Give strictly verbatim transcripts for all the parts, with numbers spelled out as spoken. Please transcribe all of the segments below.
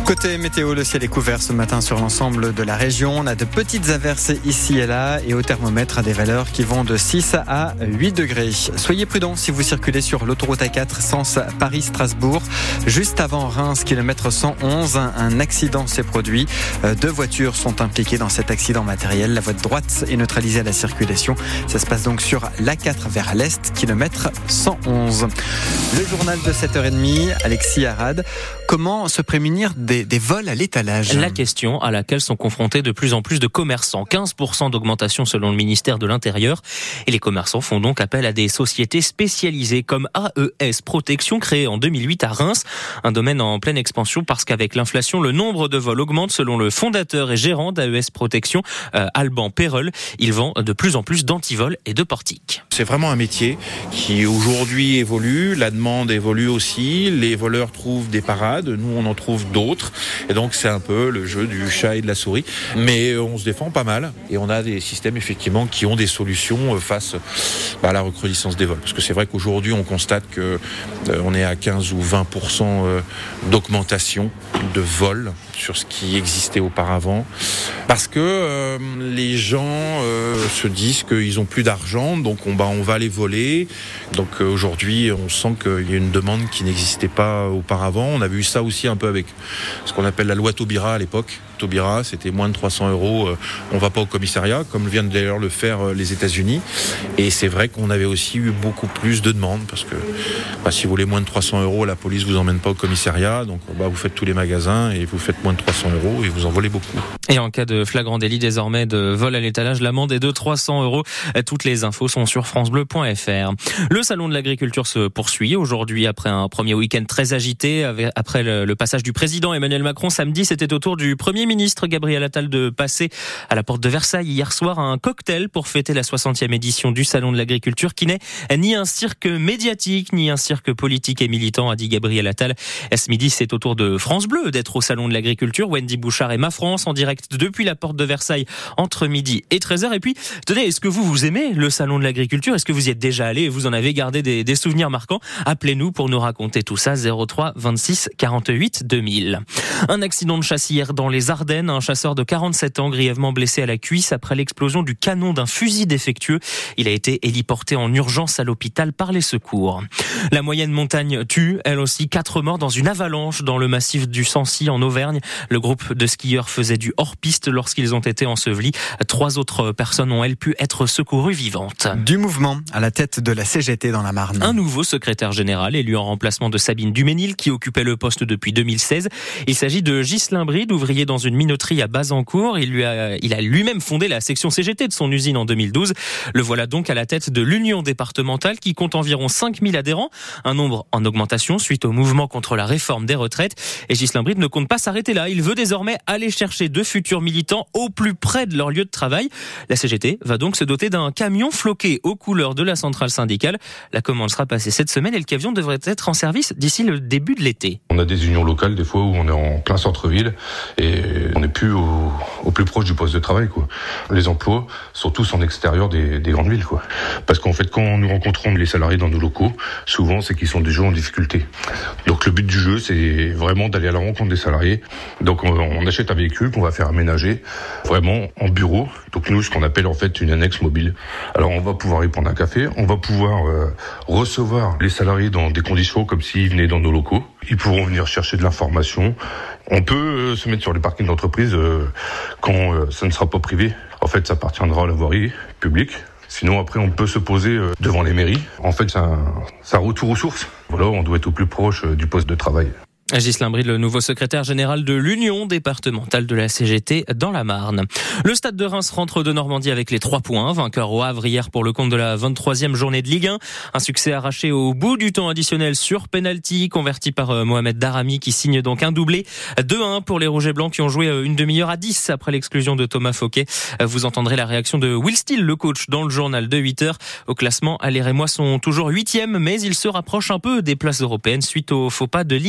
Côté météo, le ciel est couvert ce matin sur l'ensemble de la région. On a de petites averses ici et là et au thermomètre à des valeurs qui vont de six à huit degrés. Soyez prudents si vous circulez sur l'autoroute A quatre sens Paris-Strasbourg. Juste avant Reims, kilomètre cent onze, un accident s'est produit. Deux voitures sont impliquées dans cet accident matériel. La voie de droite est neutralisée à la circulation. Ça se passe donc sur l'A quatre vers l'est, kilomètre cent onze. Le journal de sept heures trente, Alexis Arad. Comment se prémunir des, des vols à l'étalage ? La question à laquelle sont confrontés de plus en plus de commerçants. quinze pour cent d'augmentation selon le ministère de l'Intérieur. Et les commerçants font donc appel à des sociétés spécialisées comme A E S Protection, créée en deux mille huit à Reims. Un domaine en pleine expansion parce qu'avec l'inflation, le nombre de vols augmente selon le fondateur et gérant d'A E S Protection, euh, Alban Perrel. Il vend de plus en plus d'antivols et de portiques. C'est vraiment un métier qui aujourd'hui évolue, la demande évolue aussi, les voleurs trouvent des parades, nous on en trouve d'autres, et donc c'est un peu le jeu du chat et de la souris, mais on se défend pas mal, et on a des systèmes effectivement qui ont des solutions face à la recrudescence des vols, parce que c'est vrai qu'aujourd'hui on constate que euh, on est à quinze ou vingt pour cent d'augmentation de vols sur ce qui existait auparavant, parce que euh, les gens euh, se disent qu'ils ont plus d'argent, donc on, bah, on va les voler. Donc euh, aujourd'hui, on sent qu'il y a une demande qui n'existait pas auparavant. On a vu ça aussi un peu avec ce qu'on appelle la loi Taubira à l'époque. Taubira, c'était moins de trois cents euros, euh, on va pas au commissariat, comme viennent d'ailleurs le faire euh, les États-Unis. Et c'est vrai qu'on avait aussi eu beaucoup plus de demandes, parce que bah, si vous voulez moins de trois cents euros, la police vous emmène pas au commissariat, donc bah, vous faites tous les magasins et vous faites moins de trois cents euros et vous en volez beaucoup. Et en cas de flagrant délit désormais de vol à l'étalage, l'amende est de trois cents euros. Toutes les infos sont sur francebleu point f r. Le salon de l'agriculture se poursuit aujourd'hui après un premier week-end très agité. Après le passage du président Emmanuel Macron samedi, c'était au tour du premier ministre Gabriel Attal de passer à la porte de Versailles hier soir un cocktail pour fêter la soixantième édition du salon de l'agriculture, qui n'est ni un cirque médiatique ni un cirque politique et militant, a dit Gabriel Attal. Ce midi, c'est au tour de France Bleu d'être au salon de l'agriculture. Wendy Bouchard et Ma France en direct depuis la porte de Versailles entre midi et treize heures. Et puis, tenez, est-ce que vous, vous aimez le salon de l'agriculture ? Est-ce que vous y êtes déjà allé et vous en avez gardé des, des souvenirs marquants ? Appelez-nous pour nous raconter tout ça, zéro trois vingt-six quarante-huit deux mille. Un accident de chasse hier dans les Ardennes. Un chasseur de quarante-sept ans grièvement blessé à la cuisse après l'explosion du canon d'un fusil défectueux. Il a été héliporté en urgence à l'hôpital par les secours. La moyenne montagne tue, elle aussi, quatre morts dans une avalanche dans le massif du Sancy en Auvergne. Le groupe de skieurs faisait du hors-piste lorsqu'ils ont été ensevelis. Trois autres personnes ont, elles, pu être secourues vivantes. Du mouvement à la tête de la C G T dans la Marne. Un nouveau secrétaire général élu en remplacement de Sabine Duménil, qui occupait le poste depuis deux mille seize. Il s'agit de Ghislain Bride, ouvrier dans une minoterie à Bazancourt. Il, lui a, il a lui-même fondé la section C G T de son usine en deux mille douze. Le voilà donc à la tête de l'Union départementale qui compte environ cinq mille adhérents. Un nombre en augmentation suite au mouvement contre la réforme des retraites. Et Ghislain Bride ne compte pas s'arrêter là. Il veut désormais aller chercher de futurs militants au plus près de leur lieu de travail. La C G T va donc se doter d'un camion floqué aux couleurs de la centrale syndicale. La commande sera passée cette semaine et le camion devrait être en service d'ici le début de l'été. On a des unions locales des fois où on est en plein centre-ville et on n'est plus au, au plus proche du poste de travail, quoi. Les emplois sont tous en extérieur des, des grandes villes, quoi. Parce qu'en fait, quand nous rencontrons les salariés dans nos locaux, souvent c'est qu'ils sont déjà en difficulté. Donc le but du jeu, c'est vraiment d'aller à la rencontre des salariés. Donc on, on achète un véhicule qu'on va faire aménager vraiment en bureau. Donc nous, ce qu'on appelle en fait une annexe mobile. Alors on va pouvoir y prendre un café, on va pouvoir euh, recevoir les salariés dans des conditions comme s'ils venaient dans nos locaux. Ils pourront venir chercher de l'information. On peut euh, se mettre sur les parkings d'entreprise euh, quand euh, ça ne sera pas privé. En fait, ça appartiendra à la voirie publique. Sinon, après, on peut se poser euh, devant les mairies. En fait, c'est un, c'est un retour aux sources. Voilà, on doit être au plus proche euh, du poste de travail. Ghislain Bride, le nouveau secrétaire général de l'Union départementale de la C G T dans la Marne. Le Stade de Reims rentre de Normandie avec les trois points. Vainqueur au Havre hier pour le compte de la vingt-troisième journée de Ligue un. Un succès arraché au bout du temps additionnel sur penalty, converti par Mohamed Darami qui signe donc un doublé. deux à un pour les Rouges et Blancs qui ont joué une demi-heure à dix après l'exclusion de Thomas Fouquet. Vous entendrez la réaction de Will Steele, le coach, dans le journal de huit heures. Au classement, les Rémois sont toujours huitièmes, mais ils se rapprochent un peu des places européennes suite au faux pas de Lille et Lens.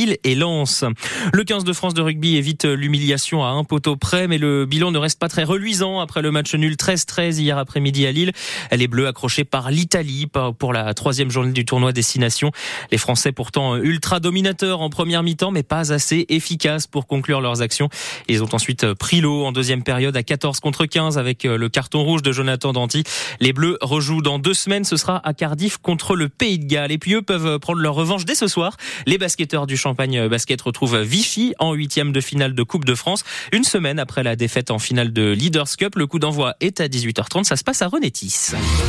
évidence. Le quinze de France de rugby évite l'humiliation à un poteau près, mais le bilan ne reste pas très reluisant après le match nul treize treize hier après-midi à Lille. Les Bleus accrochés par l'Italie pour la troisième journée du tournoi Destination. Les Français pourtant ultra dominateurs en première mi-temps, mais pas assez efficaces pour conclure leurs actions. Ils ont ensuite pris l'eau en deuxième période à quatorze contre quinze avec le carton rouge de Jonathan Danty. Les Bleus rejouent dans deux semaines, ce sera à Cardiff contre le Pays de Galles. Et puis eux peuvent prendre leur revanche dès ce soir. Les basketteurs du Champagne Basket retrouvent Vichy en huitième de finale de Coupe de France. Une semaine après la défaite en finale de Leaders Cup, le coup d'envoi est à dix-huit heures trente. Ça se passe à Renétis.